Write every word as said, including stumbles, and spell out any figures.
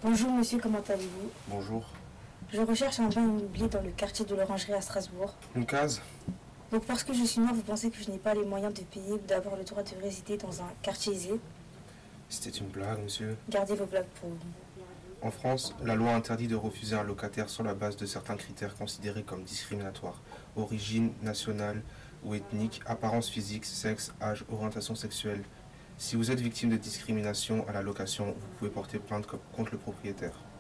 Bonjour monsieur, comment allez-vous? Bonjour. Je recherche un bain immobilier dans le quartier de l'Orangerie à Strasbourg. Une case? Donc parce que je suis noire, vous pensez que je n'ai pas les moyens de payer ou d'avoir le droit de résider dans un quartier aisé? C'était une blague, monsieur. Gardez vos blagues pour vous. En France, la loi interdit de refuser un locataire sur la base de certains critères considérés comme discriminatoires. Origine nationale ou ethnique, apparence physique, sexe, âge, orientation sexuelle. Si vous êtes victime de discrimination à la location, vous pouvez porter plainte contre le propriétaire.